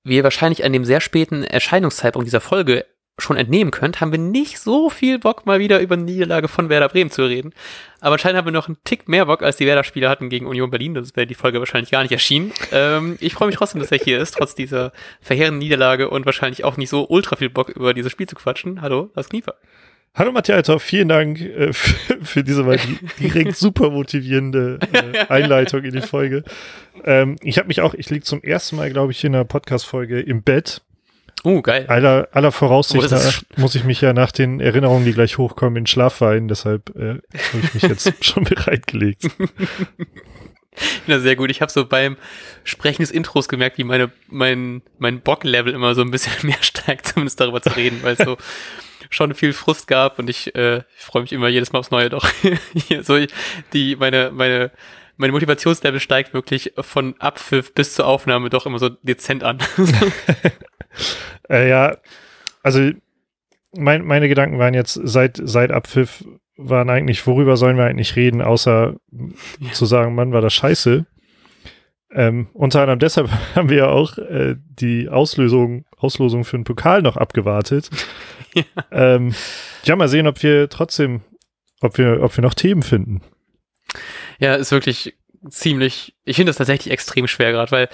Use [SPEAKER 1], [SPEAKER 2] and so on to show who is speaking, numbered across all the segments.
[SPEAKER 1] wie ihr wahrscheinlich an dem sehr späten Erscheinungszeitpunkt dieser Folge schon entnehmen könnt, haben wir nicht so viel Bock, mal wieder über eine Niederlage von Werder Bremen zu reden. Aber anscheinend haben wir noch einen Tick mehr Bock, als die Werder-Spieler hatten gegen Union Berlin. Das wäre die Folge wahrscheinlich gar nicht erschienen. Ich freue mich trotzdem, dass er hier ist, trotz dieser verheerenden Niederlage und wahrscheinlich auch nicht so ultra viel Bock, über dieses Spiel zu quatschen. Hallo, Lars Kniefer.
[SPEAKER 2] Hallo Matthias Althoff, vielen Dank für diese mal direkt super motivierende Einleitung in die Folge. Ich liege zum ersten Mal, glaube ich, in einer Podcast-Folge im Bett.
[SPEAKER 1] Geil.
[SPEAKER 2] Aller Voraussicht nach muss ich mich ja nach den Erinnerungen, die gleich hochkommen, in Schlaf weinen. Deshalb habe ich mich jetzt schon bereitgelegt.
[SPEAKER 1] Ja, sehr gut. Ich habe so beim Sprechen des Intros gemerkt, wie mein Bock-Level immer so ein bisschen mehr steigt, zumindest darüber zu reden, weil es so schon viel Frust gab und ich freue mich immer jedes Mal aufs Neue doch. Meine Motivationslevel steigt wirklich von Abpfiff bis zur Aufnahme doch immer so dezent an.
[SPEAKER 2] Ja, also meine Gedanken waren jetzt seit Abpfiff waren eigentlich, worüber sollen wir eigentlich reden, außer zu sagen, Mann, war das scheiße. Unter anderem deshalb haben wir ja auch die Auslosung für den Pokal noch abgewartet. Ja, mal sehen, ob wir noch Themen finden.
[SPEAKER 1] Ja, ist wirklich ich finde das tatsächlich extrem schwer gerade, weil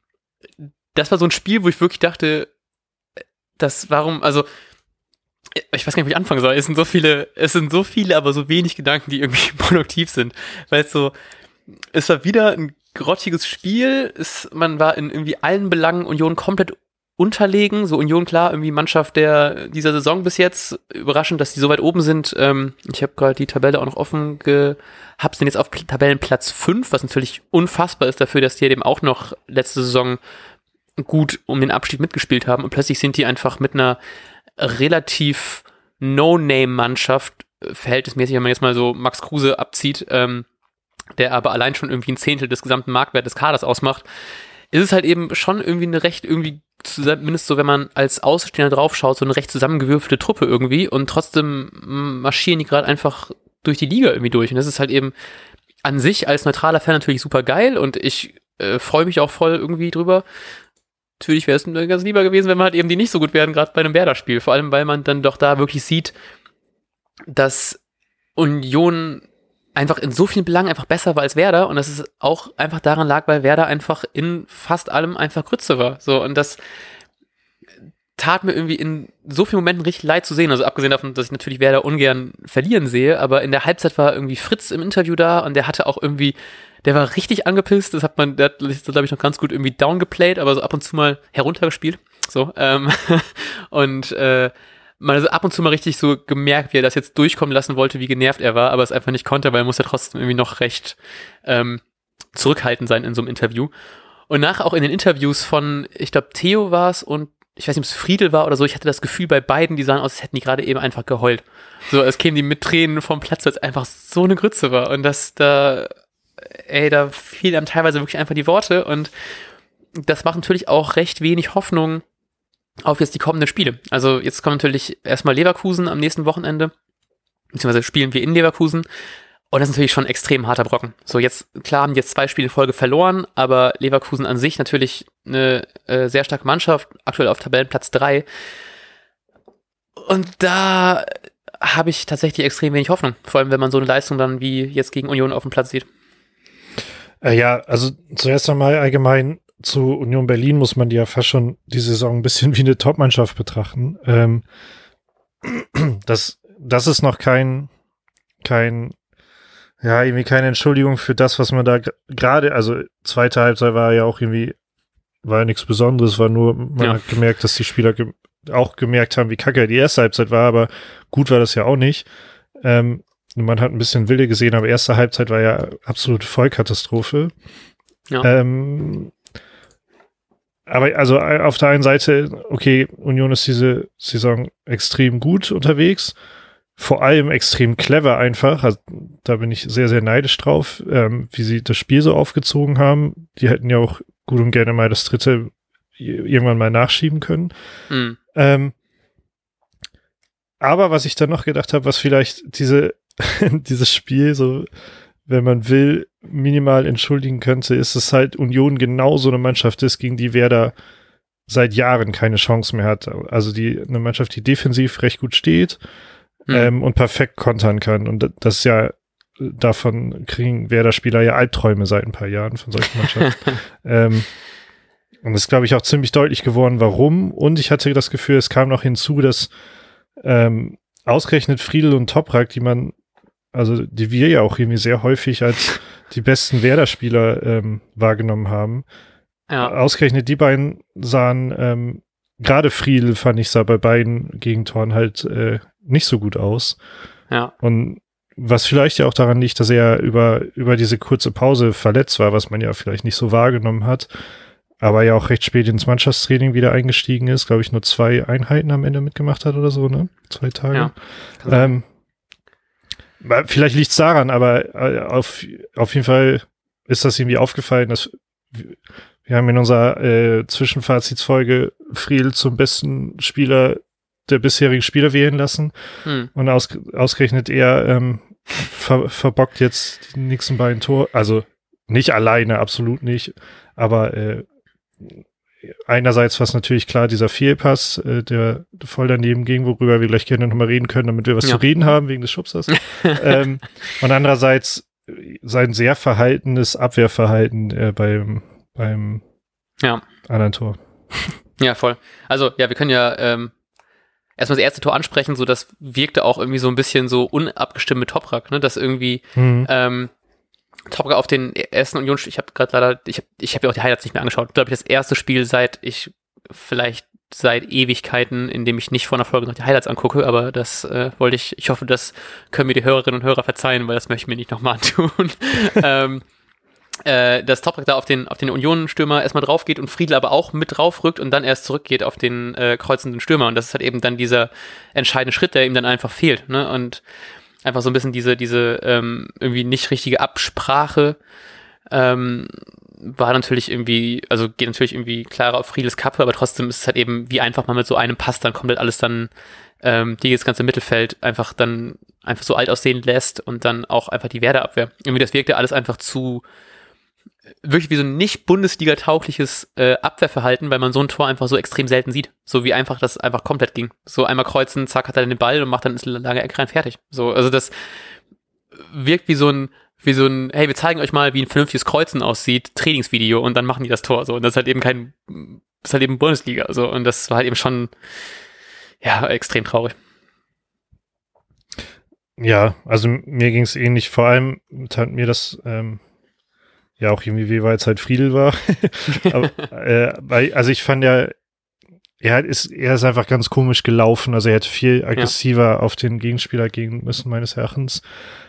[SPEAKER 1] das war so ein Spiel, wo ich wirklich dachte, also ich weiß gar nicht, wo ich anfangen soll. Es sind so viele, aber so wenig Gedanken, die irgendwie produktiv sind. Weil es war wieder ein grottiges Spiel. Man war in irgendwie allen Belangen Union komplett unterlegen. So Union, klar, irgendwie Mannschaft dieser Saison bis jetzt. Überraschend, dass die so weit oben sind. Ich habe gerade die Tabelle auch noch offen gehabt. Sind jetzt auf Tabellenplatz 5, was natürlich unfassbar ist dafür, dass die eben auch noch letzte Saison gut um den Abstieg mitgespielt haben. Und plötzlich sind die einfach mit einer relativ No-Name-Mannschaft, verhältnismäßig, wenn man jetzt mal so Max Kruse abzieht, der aber allein schon irgendwie ein Zehntel des gesamten Marktwerts des Kaders ausmacht, ist es halt eben schon irgendwie eine recht zumindest so, wenn man als Außenstehender draufschaut, so eine recht zusammengewürfelte Truppe irgendwie und trotzdem marschieren die gerade einfach durch die Liga irgendwie durch. Und das ist halt eben an sich als neutraler Fan natürlich super geil und ich freue mich auch voll irgendwie drüber. Natürlich wäre es ganz lieber gewesen, wenn man halt eben die nicht so gut werden, gerade bei einem Werder-Spiel. Vor allem, weil man dann doch da wirklich sieht, dass Union einfach in so vielen Belangen einfach besser war als Werder und dass es auch einfach daran lag, weil Werder einfach in fast allem einfach Grütze war. So, und das tat mir irgendwie in so vielen Momenten richtig leid zu sehen. Also abgesehen davon, dass ich natürlich Werder ungern verlieren sehe, aber in der Halbzeit war irgendwie Fritz im Interview da und der war richtig angepisst. Der hat, glaube ich, noch ganz gut irgendwie downgeplayed, aber so ab und zu mal heruntergespielt. So, und man hat ab und zu mal richtig so gemerkt, wie er das jetzt durchkommen lassen wollte, wie genervt er war, aber es einfach nicht konnte, weil er muss ja trotzdem irgendwie noch recht zurückhaltend sein in so einem Interview. Und nachher auch in den Interviews von, ich glaube, Theo war es und ich weiß nicht, ob es Friedel war oder so, ich hatte das Gefühl bei beiden, die sahen aus, als hätten die gerade eben einfach geheult. So, es kämen die mit Tränen vom Platz, weil es einfach so eine Grütze war. Und da fielen dann teilweise wirklich einfach die Worte und das macht natürlich auch recht wenig Hoffnung auf jetzt die kommenden Spiele. Also jetzt kommt natürlich erstmal Leverkusen am nächsten Wochenende, beziehungsweise spielen wir in Leverkusen und das ist natürlich schon ein extrem harter Brocken. So jetzt, klar, haben die jetzt 2 Spiele in Folge verloren, aber Leverkusen an sich natürlich eine sehr starke Mannschaft, aktuell auf Tabellenplatz 3 und da habe ich tatsächlich extrem wenig Hoffnung, vor allem wenn man so eine Leistung dann wie jetzt gegen Union auf dem Platz sieht.
[SPEAKER 2] Ja, also zuerst einmal allgemein zu Union Berlin muss man die ja fast schon die Saison ein bisschen wie eine Top-Mannschaft betrachten. Das ist noch keine Entschuldigung für das, was man da gerade, also zweite Halbzeit war ja auch irgendwie, war ja nichts Besonderes, war nur, man hat gemerkt, dass die Spieler auch gemerkt haben, wie kacke die erste Halbzeit war, aber gut war das ja auch nicht. Man hat ein bisschen Wille gesehen, aber erste Halbzeit war ja absolute Vollkatastrophe. Ja. Aber also auf der einen Seite, okay, Union ist diese Saison extrem gut unterwegs, vor allem extrem clever einfach. Also, da bin ich sehr, sehr neidisch drauf, wie sie das Spiel so aufgezogen haben. Die hätten ja auch gut und gerne mal das dritte irgendwann mal nachschieben können. Mhm. Aber was ich dann noch gedacht habe, was vielleicht dieses Spiel so, wenn man will, minimal entschuldigen könnte, ist es halt Union genau so eine Mannschaft ist, gegen die Werder seit Jahren keine Chance mehr hat. Also eine Mannschaft, die defensiv recht gut steht und perfekt kontern kann. Und das ist ja, davon kriegen Werder-Spieler ja Albträume seit ein paar Jahren von solchen Mannschaften. Und das ist, glaube ich, auch ziemlich deutlich geworden, warum. Und ich hatte das Gefühl, es kam noch hinzu, dass ausgerechnet Friedl und Toprak, die wir ja auch irgendwie sehr häufig als die besten Werder-Spieler wahrgenommen haben, ausgerechnet die beiden sahen, gerade Friedl, fand ich, sah bei beiden Gegentoren halt nicht so gut aus.
[SPEAKER 1] Ja.
[SPEAKER 2] Und was vielleicht ja auch daran liegt, dass er über diese kurze Pause verletzt war, was man ja vielleicht nicht so wahrgenommen hat, aber ja auch recht spät ins Mannschaftstraining wieder eingestiegen ist, glaube ich, nur 2 Einheiten am Ende mitgemacht hat oder so, ne? 2 Tage. Ja. Vielleicht liegt es daran, aber auf jeden Fall ist das irgendwie aufgefallen, dass wir haben in unserer Zwischenfazitsfolge Friedl zum besten Spieler der bisherigen Spieler wählen lassen und ausgerechnet er verbockt jetzt die nächsten beiden Tore, also nicht alleine, absolut nicht, aber einerseits war es natürlich klar, dieser Fehlpass, der voll daneben ging, worüber wir gleich gerne nochmal reden können, damit wir was zu reden haben wegen des Schubsers. Und andererseits sein sehr verhaltenes Abwehrverhalten beim anderen Tor.
[SPEAKER 1] Ja, voll. Also, ja, wir können ja erstmal das erste Tor ansprechen, so das wirkte auch irgendwie so ein bisschen so unabgestimmt mit Toprak, ne, dass irgendwie Toprak auf den ersten Union, ich habe ja auch die Highlights nicht mehr angeschaut, glaube ich, das erste Spiel seit Ewigkeiten, in dem ich nicht vor einer Folge noch die Highlights angucke, aber das wollte ich hoffe, das können mir die Hörerinnen und Hörer verzeihen, weil das möchte ich mir nicht nochmal antun. Dass Toprak da auf den Union-Stürmer erstmal drauf geht und Friedl aber auch mit drauf rückt und dann erst zurückgeht auf den kreuzenden Stürmer, und das ist halt eben dann dieser entscheidende Schritt, der ihm dann einfach fehlt, ne, und einfach so ein bisschen diese irgendwie nicht richtige Absprache war natürlich irgendwie, also geht natürlich irgendwie klarer auf Friedls Kappe, aber trotzdem ist es halt eben, wie einfach man mit so einem Pass dann komplett alles dann das ganze Mittelfeld einfach so alt aussehen lässt und dann auch einfach die Werder-Abwehr. Irgendwie das wirkte alles einfach wirklich wie so ein nicht Bundesliga-taugliches Abwehrverhalten, weil man so ein Tor einfach so extrem selten sieht. So wie einfach das einfach komplett ging. So einmal kreuzen, zack, hat er den Ball und macht dann ins lange Eck rein, fertig. So, also das wirkt wie so ein, hey, wir zeigen euch mal, wie ein vernünftiges Kreuzen aussieht, Trainingsvideo, und dann machen die das Tor. So, und das ist halt eben Bundesliga. So, und das war halt eben schon, ja, extrem traurig.
[SPEAKER 2] Ja, also mir ging es ähnlich. Vor allem tat mir das ja auch irgendwie, wie weit es halt Friedl war. Aber, also ich fand ja, er ist einfach ganz komisch gelaufen. Also er hätte viel aggressiver auf den Gegenspieler gehen müssen, meines Erachtens.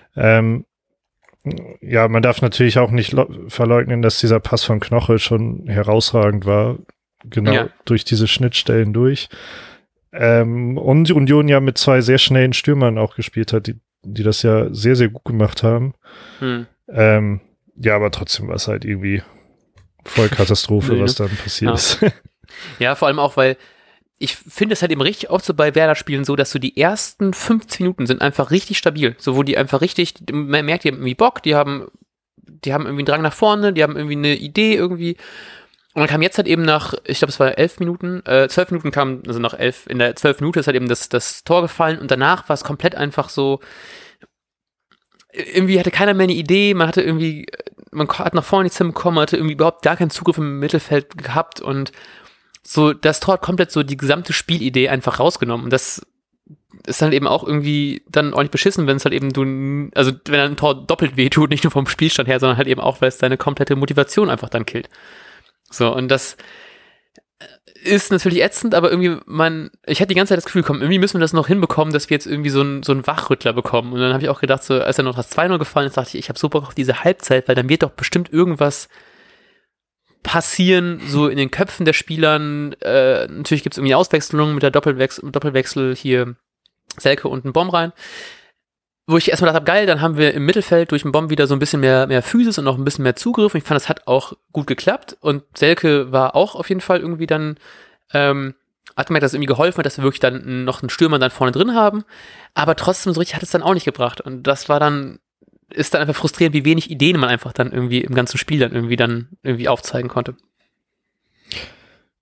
[SPEAKER 2] Ja, man darf natürlich auch nicht verleugnen, dass dieser Pass von Knoche schon herausragend war. Genau, durch diese Schnittstellen durch. Und Union ja mit 2 sehr schnellen Stürmern auch gespielt hat, die das ja sehr, sehr gut gemacht haben. Ja, aber trotzdem war es halt irgendwie voll Katastrophe, was dann passiert ist.
[SPEAKER 1] Ja, vor allem auch, weil ich finde es halt eben richtig oft so bei Werder-Spielen so, dass so die ersten 15 Minuten sind einfach richtig stabil. So, wo die einfach richtig, man merkt, die haben irgendwie Bock, die haben irgendwie einen Drang nach vorne, die haben irgendwie eine Idee irgendwie. Und dann kam jetzt halt eben nach, ich glaube, es war 12 Minuten kam, also nach 11, in der 12 Minute ist halt eben das Tor gefallen, und danach war es komplett einfach so, irgendwie hatte keiner mehr eine Idee, man hat nach vorne nichts hinbekommen, hatte irgendwie überhaupt gar keinen Zugriff im Mittelfeld gehabt, und so, das Tor hat komplett so die gesamte Spielidee einfach rausgenommen, und das ist dann eben auch irgendwie dann ordentlich beschissen, wenn es halt eben wenn ein Tor doppelt wehtut, nicht nur vom Spielstand her, sondern halt eben auch, weil es deine komplette Motivation einfach dann killt. So, und das ist natürlich ätzend, aber irgendwie ich hatte die ganze Zeit das Gefühl, irgendwie müssen wir das noch hinbekommen, dass wir jetzt irgendwie so einen Wachrüttler bekommen. Und dann habe ich auch gedacht, so, als dann noch das 2-0 gefallen ist, dachte ich habe so Bock auf diese Halbzeit, weil dann wird doch bestimmt irgendwas passieren, so in den Köpfen der Spielern. Natürlich gibt es irgendwie Auswechslungen mit der Doppelwechsel hier Selke und ein Bomb rein. Wo ich erstmal gedacht habe, geil, dann haben wir im Mittelfeld durch den Bomb wieder so ein bisschen mehr Physis und auch ein bisschen mehr Zugriff. Und ich fand, das hat auch gut geklappt. Und Selke war auch auf jeden Fall irgendwie dann, hat mir das irgendwie geholfen, dass wir wirklich dann noch einen Stürmer dann vorne drin haben. Aber trotzdem so richtig hat es dann auch nicht gebracht. Und das ist dann einfach frustrierend, wie wenig Ideen man einfach dann irgendwie im ganzen Spiel dann irgendwie aufzeigen konnte.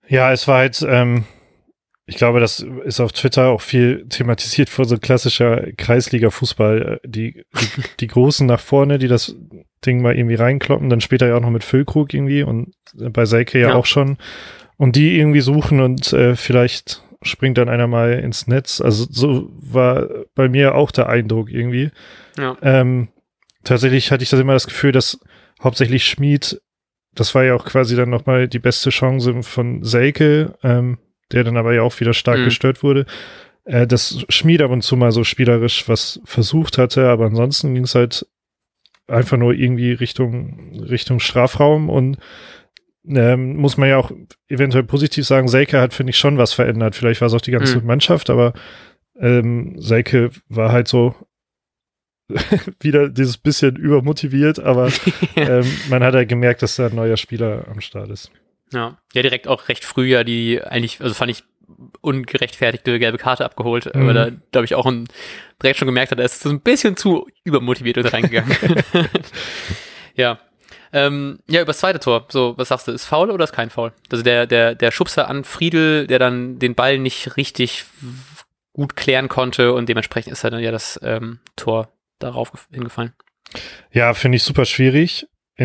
[SPEAKER 2] Ja, es war halt, ich glaube, das ist auf Twitter auch viel thematisiert vor so klassischer Kreisliga-Fußball. Die Großen nach vorne, die das Ding mal irgendwie reinkloppen, dann später ja auch noch mit Füllkrug irgendwie und bei Selke ja auch schon. Und die irgendwie suchen und vielleicht springt dann einer mal ins Netz. Also so war bei mir auch der Eindruck irgendwie.
[SPEAKER 1] Ja.
[SPEAKER 2] Tatsächlich hatte ich das immer das Gefühl, dass hauptsächlich Schmid, das war ja auch quasi dann nochmal die beste Chance von Selke, der dann aber ja auch wieder stark gestört wurde, dass Schmid ab und zu mal so spielerisch was versucht hatte, aber ansonsten ging es halt einfach nur irgendwie Richtung Strafraum und muss man ja auch eventuell positiv sagen, Selke hat, finde ich, schon was verändert. Vielleicht war es auch die ganze Mannschaft, aber Selke war halt so wieder dieses bisschen übermotiviert, aber man hat ja gemerkt, dass da ein neuer Spieler am Start ist.
[SPEAKER 1] Ja, direkt auch recht früh ja die eigentlich, also fand ich, ungerechtfertigte gelbe Karte abgeholt, aber da glaube ich auch direkt schon gemerkt hat, er ist so ein bisschen zu übermotiviert reingegangen. Ja. Ja, über das zweite Tor, so, was sagst du, ist Foul oder ist kein Foul? Also der Schubser an Friedl, der dann den Ball nicht richtig gut klären konnte und dementsprechend ist dann ja das Tor darauf hingefallen. Ja,
[SPEAKER 2] finde ich super schwierig.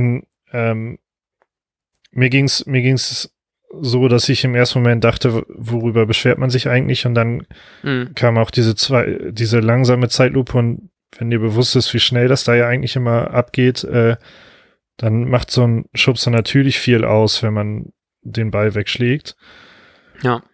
[SPEAKER 2] Mir ging's so, dass ich im ersten Moment dachte, worüber beschwert man sich eigentlich? Und dann kam auch diese langsame Zeitlupe und wenn dir bewusst ist, wie schnell das da ja eigentlich immer abgeht, dann macht so ein Schubser natürlich viel aus, wenn man den Ball wegschlägt.
[SPEAKER 1] Ja.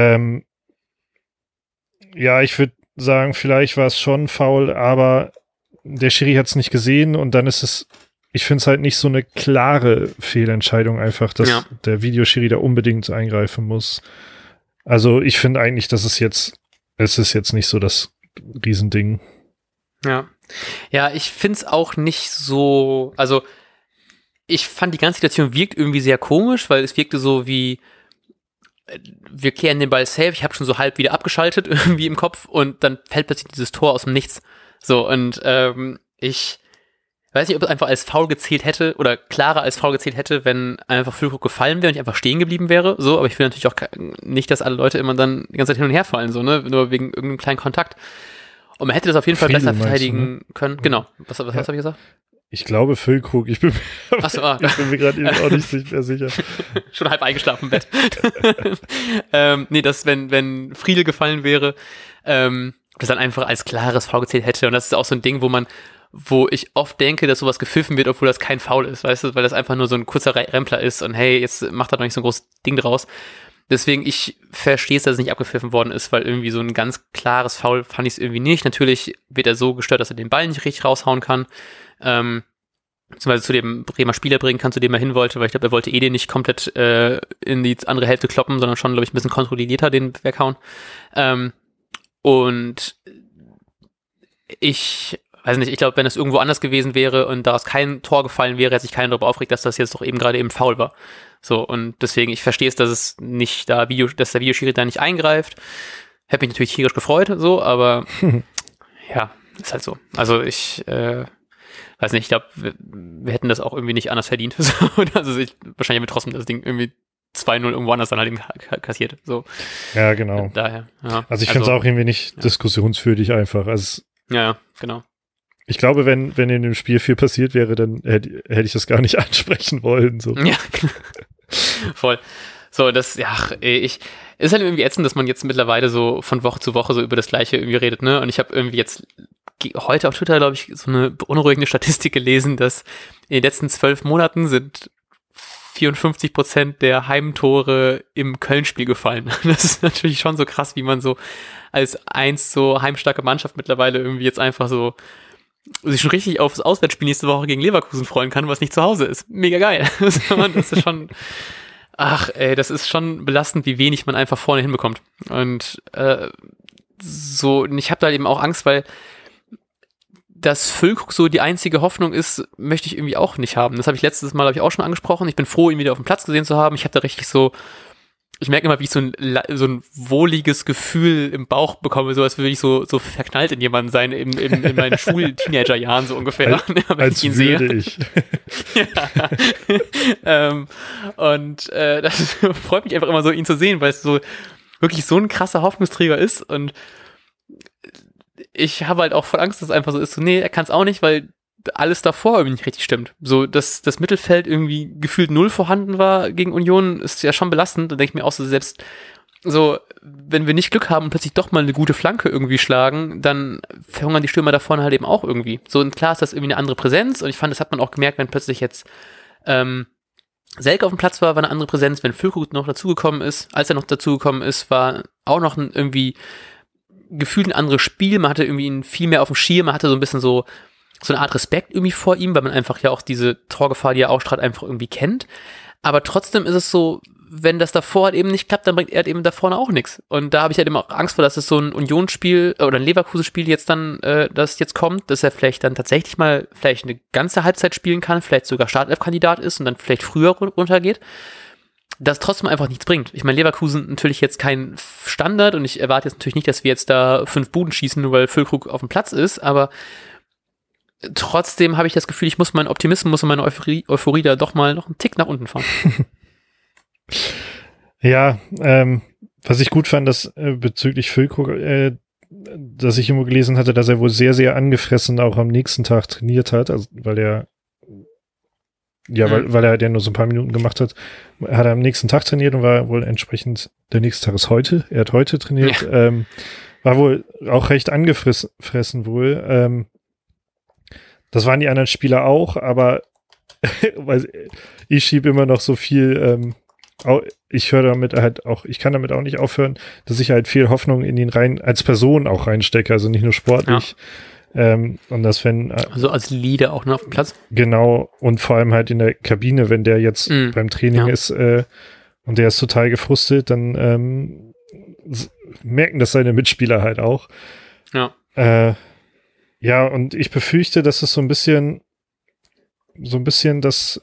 [SPEAKER 2] Ja, ich würde sagen, vielleicht war es schon faul, aber der Schiri hat es nicht gesehen und dann ist es, ich finde es halt nicht so eine klare Fehlentscheidung einfach, dass der Videoschiri da unbedingt eingreifen muss. Also ich finde eigentlich, es ist jetzt nicht so das Riesending.
[SPEAKER 1] Ja. Ja, ich finde es auch nicht so, also ich fand die ganze Situation wirkt irgendwie sehr komisch, weil es wirkte so wie, wir klären den Ball safe, ich habe schon so halb wieder abgeschaltet irgendwie im Kopf und dann fällt plötzlich dieses Tor aus dem Nichts. So, und ich weiß nicht, ob es einfach als Foul gezählt hätte oder klarer als Foul gezählt hätte, wenn einfach Füllkrug gefallen wäre und ich einfach stehen geblieben wäre. So, aber ich will natürlich auch nicht, dass alle Leute immer dann die ganze Zeit hin und her fallen, so, ne, nur wegen irgendeinem kleinen Kontakt. Und man hätte das auf jeden Fall besser verteidigen können. Genau. Was habe ich gesagt?
[SPEAKER 2] Ich glaube Füllkrug, ich bin mir gerade auch nicht mehr sicher.
[SPEAKER 1] Schon halb eingeschlafen im Bett. Nee, dass wenn Friedl gefallen wäre, das dann einfach als klares Foul gezählt hätte. Und das ist auch so ein Ding, wo ich oft denke, dass sowas gepfiffen wird, obwohl das kein Foul ist, weißt du, weil das einfach nur so ein kurzer Rempler ist und hey, jetzt macht er doch nicht so ein großes Ding draus. Deswegen, ich verstehe es, dass es nicht abgepfiffen worden ist, weil irgendwie so ein ganz klares Foul fand ich es irgendwie nicht. Natürlich wird er so gestört, dass er den Ball nicht richtig raushauen kann. Beziehungsweise zu dem Bremer Spieler bringen kann, zu dem er hin wollte, weil ich glaube, er wollte den nicht komplett in die andere Hälfte kloppen, sondern schon, glaube ich, ein bisschen kontrollierter den weghauen. Und ich weiß nicht, ich glaube, wenn es irgendwo anders gewesen wäre und daraus kein Tor gefallen wäre, hätte sich keiner darüber aufgeregt, dass das jetzt doch eben gerade eben faul war. So, und deswegen, ich verstehe es, dass es nicht dass der Videoschiri da nicht eingreift. Hätte mich natürlich tierisch gefreut, so, aber ja, ist halt so. Also ich weiß nicht, ich glaube, wir hätten das auch irgendwie nicht anders verdient. Also wahrscheinlich haben wir trotzdem das Ding irgendwie 2-0 irgendwo anders dann halt eben kassiert. So.
[SPEAKER 2] Ja, genau.
[SPEAKER 1] Daher, ja.
[SPEAKER 2] Also ich finde es auch irgendwie nicht diskussionswürdig einfach. Also
[SPEAKER 1] ja, genau.
[SPEAKER 2] Ich glaube, wenn in dem Spiel viel passiert wäre, dann hätte ich das gar nicht ansprechen wollen. So.
[SPEAKER 1] Ja, voll. So, das, ist halt irgendwie ätzend, dass man jetzt mittlerweile so von Woche zu Woche so über das Gleiche irgendwie redet, ne? Und ich habe irgendwie jetzt heute auf Twitter, glaube ich, so eine beunruhigende Statistik gelesen, dass in den letzten 12 Monaten sind 54% der Heimtore im Köln-Spiel gefallen. Das ist natürlich schon so krass, wie man so als so heimstarke Mannschaft mittlerweile irgendwie jetzt einfach so sich schon richtig aufs Auswärtsspiel nächste Woche gegen Leverkusen freuen kann, was nicht zu Hause ist. Mega geil. Das ist schon, das ist schon belastend, wie wenig man einfach vorne hinbekommt. Und ich habe da eben auch Angst, weil dass Füllkrug so die einzige Hoffnung ist, möchte ich irgendwie auch nicht haben. Das habe ich letztes Mal, auch schon angesprochen. Ich bin froh, ihn wieder auf dem Platz gesehen zu haben. Ich habe da richtig so ich merke immer, wie ich so ein wohliges Gefühl im Bauch bekomme, so als würde ich so verknallt in jemanden sein in meinen Schul-Teenager-Jahren so ungefähr, wenn
[SPEAKER 2] als
[SPEAKER 1] ich ihn sehe.
[SPEAKER 2] Ich.
[SPEAKER 1] Ja. Das freut mich einfach immer so, ihn zu sehen, weil es so wirklich so ein krasser Hoffnungsträger ist und ich habe halt auch voll Angst, dass es einfach so ist, so nee, er kann es auch nicht, weil alles davor irgendwie nicht richtig stimmt. So, dass das Mittelfeld irgendwie gefühlt 0 vorhanden war gegen Union, ist ja schon belastend. Da denke ich mir auch so, selbst so, wenn wir nicht Glück haben und plötzlich doch mal eine gute Flanke irgendwie schlagen, dann verhungern die Stürmer da vorne halt eben auch irgendwie. So, und klar ist das irgendwie eine andere Präsenz und ich fand, das hat man auch gemerkt, wenn plötzlich jetzt Selke auf dem Platz war eine andere Präsenz, wenn Füllkrug noch dazugekommen ist, als er noch dazugekommen ist, war auch noch irgendwie gefühlt ein anderes Spiel, man hatte irgendwie ihn viel mehr auf dem Schirm, man hatte so ein bisschen so eine Art Respekt irgendwie vor ihm, weil man einfach ja auch diese Torgefahr, die er ausstrahlt, einfach irgendwie kennt. Aber trotzdem ist es so, wenn das davor halt eben nicht klappt, dann bringt er halt eben da vorne auch nichts. Und da habe ich halt immer auch Angst vor, dass es so ein Unionsspiel oder ein Leverkusen-Spiel jetzt dann, das jetzt kommt, dass er vielleicht dann tatsächlich mal vielleicht eine ganze Halbzeit spielen kann, vielleicht sogar Startelf-Kandidat ist und dann vielleicht früher runtergeht. Das trotzdem einfach nichts bringt. Ich meine, Leverkusen natürlich jetzt kein Standard und ich erwarte jetzt natürlich nicht, dass wir jetzt da 5 Buden schießen, nur weil Füllkrug auf dem Platz ist, aber trotzdem habe ich das Gefühl, ich muss meinen Optimismus und meine Euphorie da doch mal noch einen Tick nach unten fahren.
[SPEAKER 2] Ja, was ich gut fand, dass bezüglich Füllkrug, dass ich irgendwo gelesen hatte, dass er wohl sehr, sehr angefressen auch am nächsten Tag trainiert hat, also weil er halt ja nur so ein paar Minuten gemacht hat, hat er am nächsten Tag trainiert und war wohl entsprechend, der nächste Tag ist heute, er hat heute trainiert,
[SPEAKER 1] Ja.
[SPEAKER 2] war wohl auch recht angefressen wohl, das waren die anderen Spieler auch, aber ich schiebe immer noch so viel, ich höre damit halt auch, ich kann damit auch nicht aufhören, dass ich halt viel Hoffnung in ihn rein, als Person auch reinstecke, also nicht nur sportlich. Ja. Und das, wenn.
[SPEAKER 1] Also als Leader auch noch auf dem Platz.
[SPEAKER 2] Genau, und vor allem halt in der Kabine, wenn der jetzt beim Training ist und der ist total gefrustet, dann merken das seine Mitspieler halt auch.
[SPEAKER 1] Ja.
[SPEAKER 2] Ja, und ich befürchte, dass es so ein bisschen das,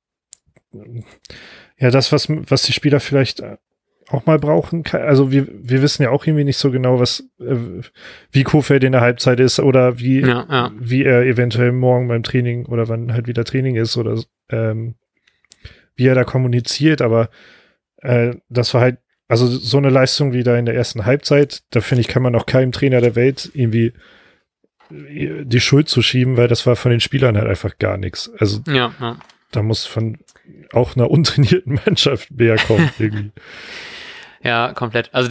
[SPEAKER 2] ja, das, was die Spieler vielleicht auch mal brauchen. Also wir wissen ja auch irgendwie nicht so genau, wie Kohfeldt in der Halbzeit ist oder wie er eventuell morgen beim Training oder wann halt wieder Training ist oder wie er da kommuniziert, aber das war halt, also so eine Leistung wie da in der ersten Halbzeit, da finde ich, kann man auch keinem Trainer der Welt irgendwie die Schuld zu schieben, weil das war von den Spielern halt einfach gar nichts. Also da muss von auch einer untrainierten Mannschaft mehr kommen irgendwie.
[SPEAKER 1] Ja, komplett. Also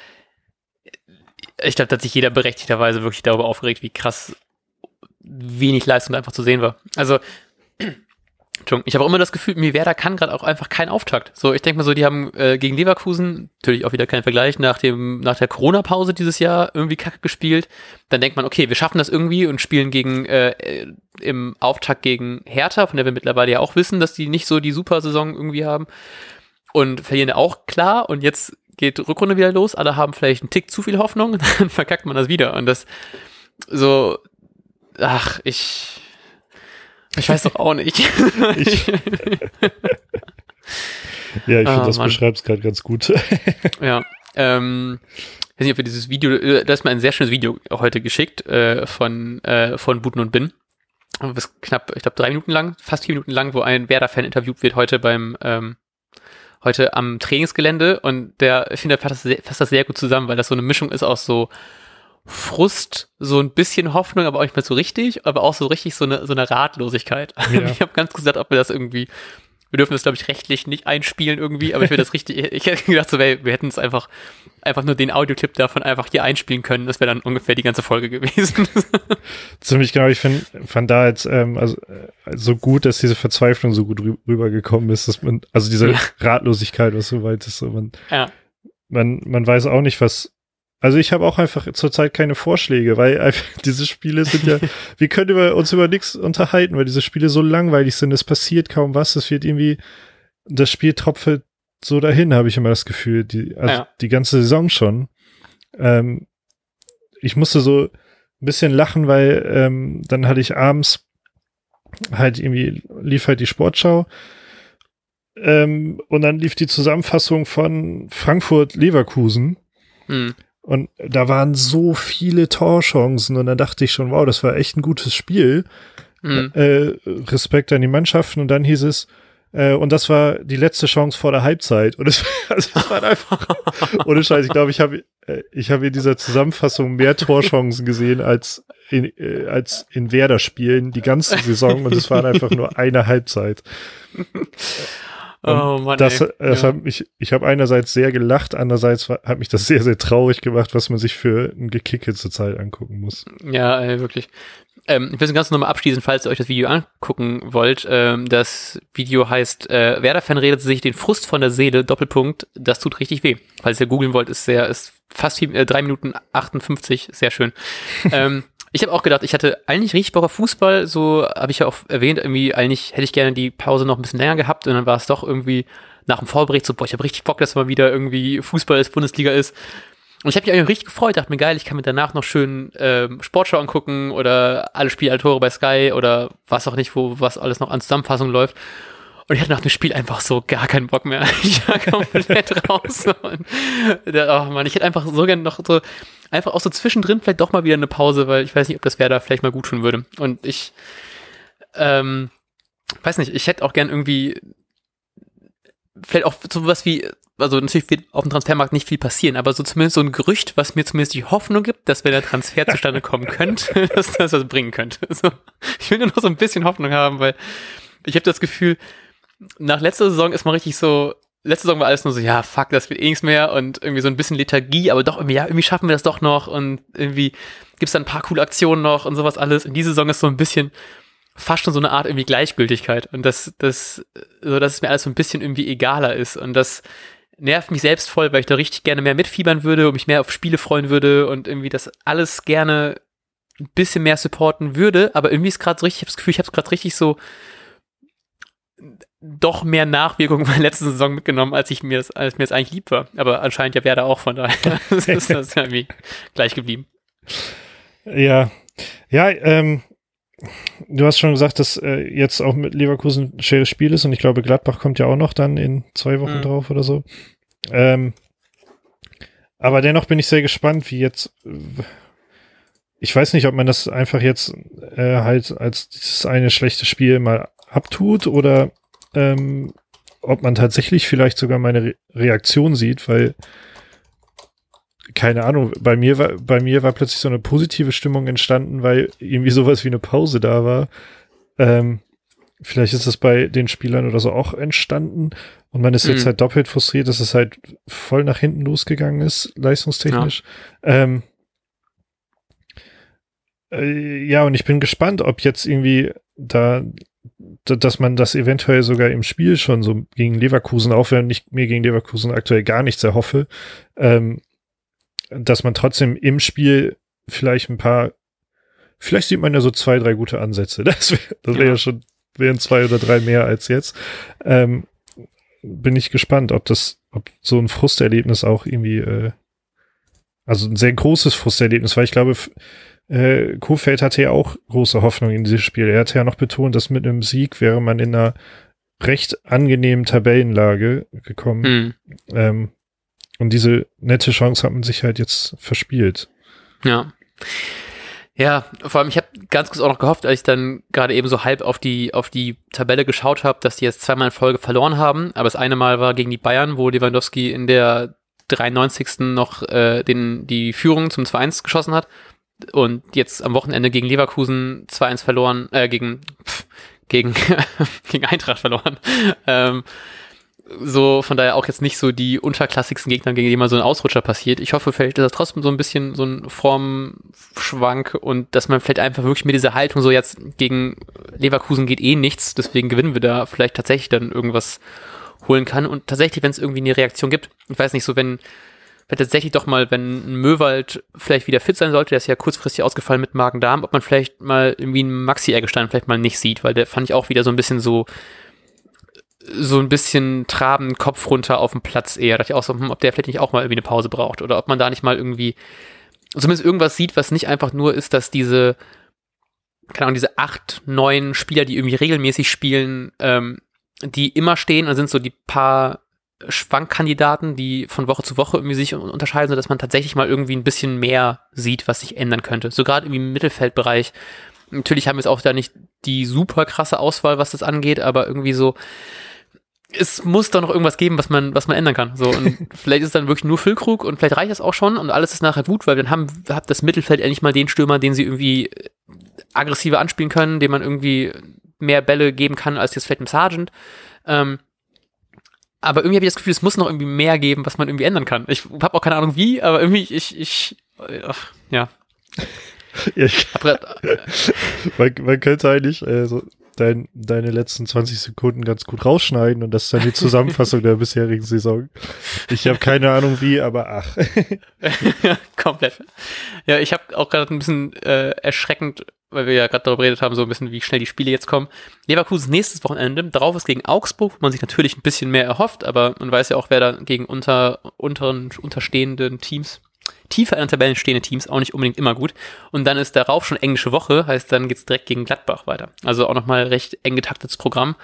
[SPEAKER 1] ich glaube, da hat sich jeder berechtigterweise wirklich darüber aufgeregt, wie krass wenig Leistung einfach zu sehen war. Also ich habe auch immer das Gefühl, Werder kann gerade auch einfach keinen Auftakt. So, ich denke mal so, die haben gegen Leverkusen, natürlich auch wieder kein Vergleich, nach der Corona-Pause dieses Jahr irgendwie kacke gespielt. Dann denkt man, okay, wir schaffen das irgendwie und spielen im Auftakt gegen Hertha, von der wir mittlerweile ja auch wissen, dass die nicht so die Super-Saison irgendwie haben. Und verlieren auch, klar. Und jetzt geht Rückrunde wieder los. Alle haben vielleicht einen Tick zu viel Hoffnung. Dann verkackt man das wieder. Und das so, ich weiß doch auch nicht.
[SPEAKER 2] Ich finde, das beschreibt es gerade ganz gut.
[SPEAKER 1] Ja. Ich weiß nicht, ob wir dieses Video, da ist mir ein sehr schönes Video heute geschickt von Buten und Bin. Das ist knapp, ich glaube 3 Minuten lang, fast 4 Minuten lang, wo ein Werder-Fan interviewt wird heute heute am Trainingsgelände und ich finde, der fasst das sehr gut zusammen, weil das so eine Mischung ist aus so Frust, so ein bisschen Hoffnung, aber auch nicht mehr so richtig, aber auch so richtig so eine Ratlosigkeit. Ja. Ich habe ganz gesagt, ob wir das irgendwie, wir dürfen das, glaube ich, rechtlich nicht einspielen irgendwie, aber ich hätte gedacht, so, wir hätten es einfach nur den Audioclip davon einfach hier einspielen können, das wäre dann ungefähr die ganze Folge gewesen.
[SPEAKER 2] Ziemlich genau, ich fand da jetzt so gut, dass diese Verzweiflung so gut rübergekommen ist, dass man, also diese Ratlosigkeit, was so weit ist, so man weiß auch nicht, was. Also ich habe auch einfach zurzeit keine Vorschläge, weil einfach diese Spiele sind ja, wir können uns über nichts unterhalten, weil diese Spiele so langweilig sind, es passiert kaum was, es wird irgendwie, das Spiel tropft so dahin, habe ich immer das Gefühl, die ganze Saison schon. Ich musste so ein bisschen lachen, weil dann hatte ich abends halt irgendwie, lief halt die Sportschau und dann lief die Zusammenfassung von Frankfurt-Leverkusen. Und da waren so viele Torchancen und dann dachte ich schon, wow, das war echt ein gutes Spiel. Respekt an die Mannschaften. Und dann hieß es, und das war die letzte Chance vor der Halbzeit. Und es war einfach, ohne Scheiß, ich glaube, ich habe in dieser Zusammenfassung mehr Torchancen gesehen als in Werder-Spielen die ganze Saison. Und es waren einfach nur eine Halbzeit.
[SPEAKER 1] Oh Mann,
[SPEAKER 2] ich habe einerseits sehr gelacht, andererseits hat mich das sehr, sehr traurig gemacht, was man sich für ein Gekicke zurzeit angucken muss.
[SPEAKER 1] Ja, wirklich. Ich will das Ganze nochmal abschließen, falls ihr euch das Video angucken wollt. Das Video heißt Werder-Fan redet sich den Frust von der Seele, Doppelpunkt, das tut richtig weh. Falls ihr googeln wollt, ist fast 3 Minuten 58, sehr schön. Ich habe auch gedacht, ich hatte eigentlich richtig Bock auf Fußball, so habe ich ja auch erwähnt, irgendwie eigentlich hätte ich gerne die Pause noch ein bisschen länger gehabt und dann war es doch irgendwie nach dem Vorbericht so, ich habe richtig Bock, dass mal wieder irgendwie Fußball ist, Bundesliga ist. Und ich habe mich eigentlich richtig gefreut, dachte mir, geil, ich kann mir danach noch schön Sportschau angucken oder alle Spiele, alle Tore bei Sky oder was auch nicht, was alles noch an Zusammenfassung läuft. Und ich hatte nach dem Spiel einfach so gar keinen Bock mehr. Ich war komplett raus. Und oh Mann, ich hätte einfach so gerne noch so, einfach auch so zwischendrin vielleicht doch mal wieder eine Pause, weil ich weiß nicht, ob das Werder vielleicht mal gut tun würde. Und ich weiß nicht, ich hätte auch gern irgendwie vielleicht auch sowas wie, also natürlich wird auf dem Transfermarkt nicht viel passieren, aber so zumindest so ein Gerücht, was mir zumindest die Hoffnung gibt, dass wenn der Transfer zustande kommen könnte, dass das was bringen könnte. Also, ich will nur noch so ein bisschen Hoffnung haben, weil ich habe das Gefühl, nach letzter Saison ist man richtig so, letzte Saison war alles nur so, ja, fuck, das wird eh nichts mehr und irgendwie so ein bisschen Lethargie, aber doch irgendwie, ja, irgendwie schaffen wir das doch noch und irgendwie gibt's da ein paar coole Aktionen noch und sowas alles. Und diese Saison ist so ein bisschen fast schon so eine Art irgendwie Gleichgültigkeit und dass es mir alles so ein bisschen irgendwie egaler ist und das nervt mich selbst voll, weil ich da richtig gerne mehr mitfiebern würde und mich mehr auf Spiele freuen würde und irgendwie das alles gerne ein bisschen mehr supporten würde, aber irgendwie ist gerade so richtig, ich habe das Gefühl, ich habe es gerade richtig so doch mehr Nachwirkungen meiner letzten Saison mitgenommen, als mir das eigentlich lieb war. Aber anscheinend ja Werder auch, von daher ist das irgendwie gleich geblieben.
[SPEAKER 2] Ja, du hast schon gesagt, dass jetzt auch mit Leverkusen ein schweres Spiel ist und ich glaube, Gladbach kommt ja auch noch dann in 2 Wochen drauf oder so. Aber dennoch bin ich sehr gespannt, wie jetzt ich weiß nicht, ob man das einfach jetzt halt als dieses eine schlechte Spiel mal abtut oder ob man tatsächlich vielleicht sogar meine Reaktion sieht, weil keine Ahnung, bei mir war plötzlich so eine positive Stimmung entstanden, weil irgendwie sowas wie eine Pause da war. Vielleicht ist das bei den Spielern oder so auch entstanden und man ist jetzt halt doppelt frustriert, dass es halt voll nach hinten losgegangen ist, leistungstechnisch. Ja, und ich bin gespannt, ob jetzt irgendwie dass man das eventuell sogar im Spiel schon so gegen Leverkusen, auch wenn ich mir gegen Leverkusen aktuell gar nichts erhoffe, dass man trotzdem im Spiel vielleicht vielleicht sieht man ja so 2, 3 gute Ansätze. Das wäre ja schon, wären 2 oder 3 mehr als jetzt. Bin ich gespannt, ob so ein Frusterlebnis auch irgendwie, also ein sehr großes Frusterlebnis, weil ich glaube, Kohfeldt hatte ja auch große Hoffnung in dieses Spiel. Er hatte ja noch betont, dass mit einem Sieg wäre man in einer recht angenehmen Tabellenlage gekommen. Und diese nette Chance hat man sich halt jetzt verspielt.
[SPEAKER 1] Ja. Ja, vor allem, ich habe ganz kurz auch noch gehofft, als ich dann gerade eben so halb auf die Tabelle geschaut habe, dass die jetzt 2-mal in Folge verloren haben. Aber das eine Mal war gegen die Bayern, wo Lewandowski in der 93. noch die Führung zum 2-1 geschossen hat. Und jetzt am Wochenende gegen Leverkusen 2-1 verloren, gegen Eintracht verloren. So, von daher auch jetzt nicht so die unterklassigsten Gegner, gegen die mal so ein Ausrutscher passiert. Ich hoffe, vielleicht ist das trotzdem so ein bisschen so ein Formschwank und dass man vielleicht einfach wirklich mit dieser Haltung so jetzt gegen Leverkusen geht eh nichts, deswegen gewinnen wir da vielleicht tatsächlich dann irgendwas holen kann und tatsächlich, wenn es irgendwie eine Reaktion gibt, ich weiß nicht, so wenn tatsächlich doch mal, wenn ein Möwald vielleicht wieder fit sein sollte, der ist ja kurzfristig ausgefallen mit Magen-Darm, ob man vielleicht mal irgendwie einen Maxi-Eggestein vielleicht mal nicht sieht, weil der fand ich auch wieder so ein bisschen so ein bisschen trabend, Kopf runter auf dem Platz eher. Da dachte ich auch so, ob der vielleicht nicht auch mal irgendwie eine Pause braucht oder ob man da nicht mal irgendwie zumindest irgendwas sieht, was nicht einfach nur ist, dass diese 8, 9 Spieler, die irgendwie regelmäßig spielen, die immer stehen und sind so die paar Schwankkandidaten, die von Woche zu Woche irgendwie sich unterscheiden, sodass man tatsächlich mal irgendwie ein bisschen mehr sieht, was sich ändern könnte. So gerade irgendwie im Mittelfeldbereich. Natürlich haben wir jetzt auch da nicht die super krasse Auswahl, was das angeht, aber irgendwie so, es muss doch noch irgendwas geben, was man ändern kann. So, und vielleicht ist es dann wirklich nur Füllkrug und vielleicht reicht das auch schon und alles ist nachher gut, weil dann hat das Mittelfeld endlich mal den Stürmer, den sie irgendwie aggressiver anspielen können, dem man irgendwie mehr Bälle geben kann, als jetzt vielleicht im Sargent. Aber irgendwie habe ich das Gefühl, es muss noch irgendwie mehr geben, was man irgendwie ändern kann. Ich habe auch keine Ahnung wie, aber irgendwie, ja.
[SPEAKER 2] Man könnte eigentlich so deine letzten 20 Sekunden ganz gut rausschneiden und das ist dann die Zusammenfassung der bisherigen Saison. Ich habe keine Ahnung wie, aber ach.
[SPEAKER 1] Komplett. Ja, ich habe auch gerade ein bisschen erschreckend, weil wir ja gerade darüber geredet haben, so ein bisschen, wie schnell die Spiele jetzt kommen. Leverkusen nächstes Wochenende, darauf ist gegen Augsburg, wo man sich natürlich ein bisschen mehr erhofft, aber man weiß ja auch, wer da gegen unterstehenden Teams, tiefer in der Tabellen stehende Teams, auch nicht unbedingt immer gut. Und dann ist darauf schon englische Woche, heißt, dann geht's direkt gegen Gladbach weiter. Also auch nochmal recht eng getaktetes Programm.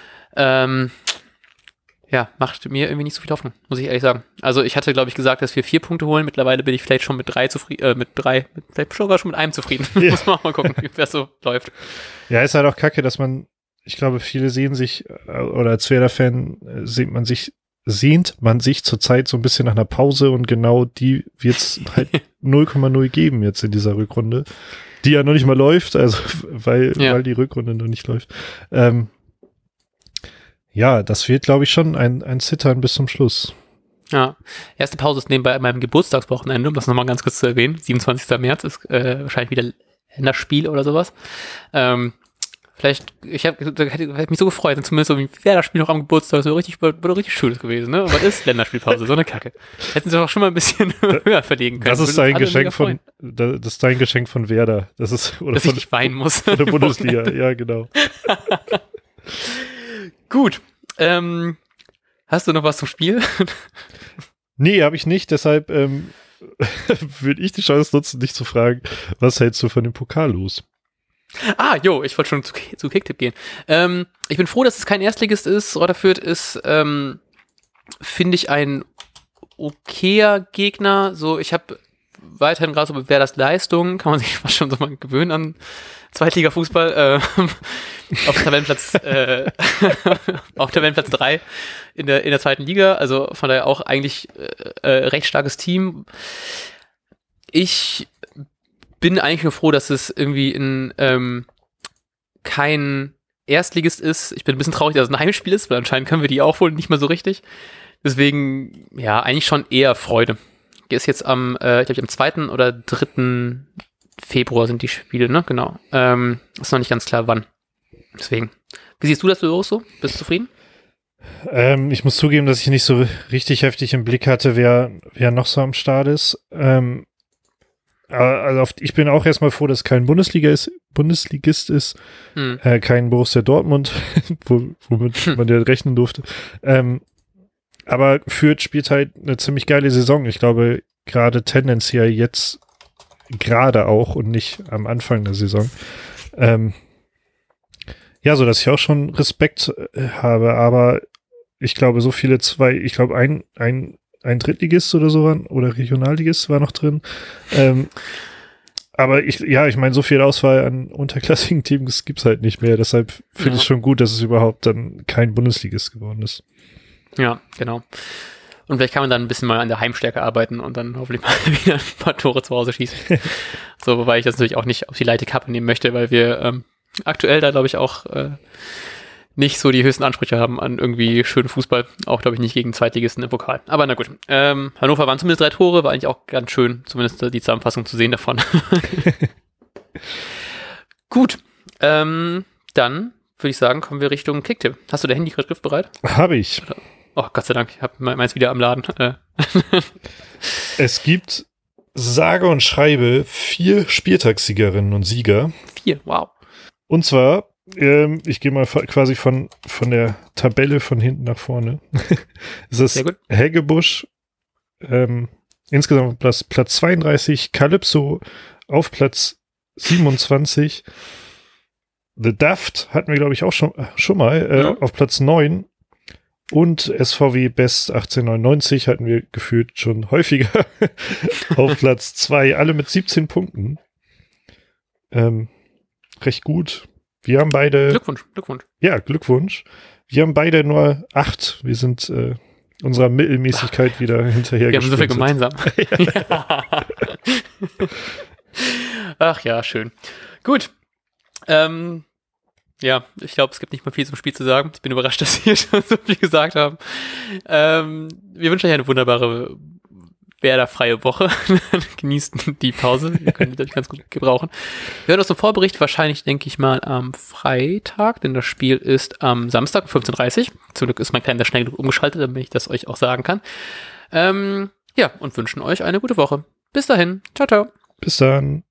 [SPEAKER 1] Ja, macht mir irgendwie nicht so viel Hoffnung, muss ich ehrlich sagen. Also ich hatte, glaube ich, gesagt, dass wir 4 Punkte holen. Mittlerweile bin ich vielleicht schon mit 3 zufrieden, vielleicht sogar schon mit einem zufrieden.
[SPEAKER 2] Ja.
[SPEAKER 1] Muss man auch mal gucken, wie das so läuft.
[SPEAKER 2] Ja, ist halt auch kacke, dass ich glaube, viele sehen sich, oder als Werder-Fan sehnt man sich zurzeit so ein bisschen nach einer Pause und genau die wird's halt 0,0 geben jetzt in dieser Rückrunde, die ja noch nicht mal läuft, also weil die Rückrunde noch nicht läuft. Ja, das wird, glaube ich, schon ein Zittern bis zum Schluss.
[SPEAKER 1] Ja, erste Pause ist nebenbei an meinem Geburtstagswochenende, um das nochmal ganz kurz zu erwähnen. 27. März ist wahrscheinlich wieder Länderspiel oder sowas. Vielleicht, hätte mich so gefreut, und zumindest so wie das Spiel noch am Geburtstag, so richtig schönes gewesen, ne? Was ist Länderspielpause? So eine Kacke. Hätten sie doch schon mal ein bisschen höher verlegen können.
[SPEAKER 2] Das ist dein Geschenk von Werder. Das ist, oder
[SPEAKER 1] dass ich nicht weinen muss.
[SPEAKER 2] Von der Bundesliga, ja, genau.
[SPEAKER 1] Gut. Hast du noch was zum Spiel?
[SPEAKER 2] Nee, habe ich nicht, deshalb würde ich die Chance nutzen, dich zu fragen, was hältst du von dem Pokal los?
[SPEAKER 1] Ich wollte schon zu Kicktipp gehen. Ich bin froh, dass es kein Erstligist ist. Reuter Fürth ist, finde ich, ein okayer Gegner. So, ich habe weiterhin gerade so, wer das Leistung, kann man sich fast schon so mal gewöhnen an Zweitliga-Fußball. Auf Tabellenplatz 3 in der zweiten Liga. Also von daher auch eigentlich recht starkes Team. Ich bin eigentlich nur froh, dass es irgendwie kein Erstligist ist. Ich bin ein bisschen traurig, dass es ein Heimspiel ist, weil anscheinend können wir die auch wohl nicht mehr so richtig. Deswegen, ja, eigentlich schon eher Freude. Ist jetzt am 2. oder 3. Februar sind die Spiele, ne? Genau. Ist noch nicht ganz klar, wann. Deswegen. Wie siehst du das so? Bist du zufrieden?
[SPEAKER 2] Ich muss zugeben, dass ich nicht so richtig heftig im Blick hatte, wer noch so am Start ist. Also ich bin auch erstmal froh, dass kein Bundesligist ist, kein Borussia Dortmund, womit man ja rechnen durfte. Aber Fürth spielt halt eine ziemlich geile Saison. Ich glaube, gerade tendenziell jetzt gerade auch und nicht am Anfang der Saison. Ja, so dass ich auch schon Respekt habe, aber ich glaube, so viele ein Drittligist oder so oder Regionalligist war noch drin. Aber ich meine, so viel Auswahl an unterklassigen Teams gibt's halt nicht mehr. Deshalb finde ich es schon gut, dass es überhaupt dann kein Bundesligist geworden ist.
[SPEAKER 1] Ja, genau. Und vielleicht kann man dann ein bisschen mal an der Heimstärke arbeiten und dann hoffentlich mal wieder ein paar Tore zu Hause schießen. So, wobei ich das natürlich auch nicht auf die leichte Kappe nehmen möchte, weil wir aktuell da, glaube ich, auch nicht so die höchsten Ansprüche haben an irgendwie schönen Fußball. Auch, glaube ich, nicht gegen Zweitligisten im Pokal. Aber na gut. Hannover waren zumindest 3 Tore, war eigentlich auch ganz schön, zumindest die Zusammenfassung zu sehen davon. Gut. Dann würde ich sagen, kommen wir Richtung Kicktipp. Hast du dein Handy gerade griffbereit?
[SPEAKER 2] Habe ich.
[SPEAKER 1] Oh, Gott sei Dank, ich habe meins wieder am Laden.
[SPEAKER 2] Es gibt sage und schreibe 4 Spieltagssiegerinnen und Sieger.
[SPEAKER 1] 4, wow.
[SPEAKER 2] Und zwar, ich gehe mal quasi von der Tabelle von hinten nach vorne. Es ist Heggebusch, insgesamt Platz 32, Calypso auf Platz 27, The Daft hatten wir, glaube ich, auch schon mal auf Platz 9. Und SVW Best 1899 hatten wir gefühlt schon häufiger auf Platz 2. Alle mit 17 Punkten. Recht gut. Wir haben beide...
[SPEAKER 1] Glückwunsch.
[SPEAKER 2] Ja, Glückwunsch. Wir haben beide nur 8. Wir sind unserer Mittelmäßigkeit wieder hinterher.
[SPEAKER 1] Wir haben so viel gemeinsam. Ja. Ach ja, schön. Gut. Ja, ich glaube, es gibt nicht mal viel zum Spiel zu sagen. Ich bin überrascht, dass wir schon so viel gesagt haben. Wir wünschen euch eine wunderbare Werder-freie Woche. Genießt die Pause. Wir können die, glaube ich, ganz gut gebrauchen. Wir hören uns zum Vorbericht wahrscheinlich, denke ich mal, am Freitag, denn das Spiel ist am Samstag um 15:30 Uhr. Zum Glück ist mein Kalender schnell genug umgeschaltet, damit ich das euch auch sagen kann. Ja, und wünschen euch eine gute Woche. Bis dahin. Ciao, ciao.
[SPEAKER 2] Bis dann.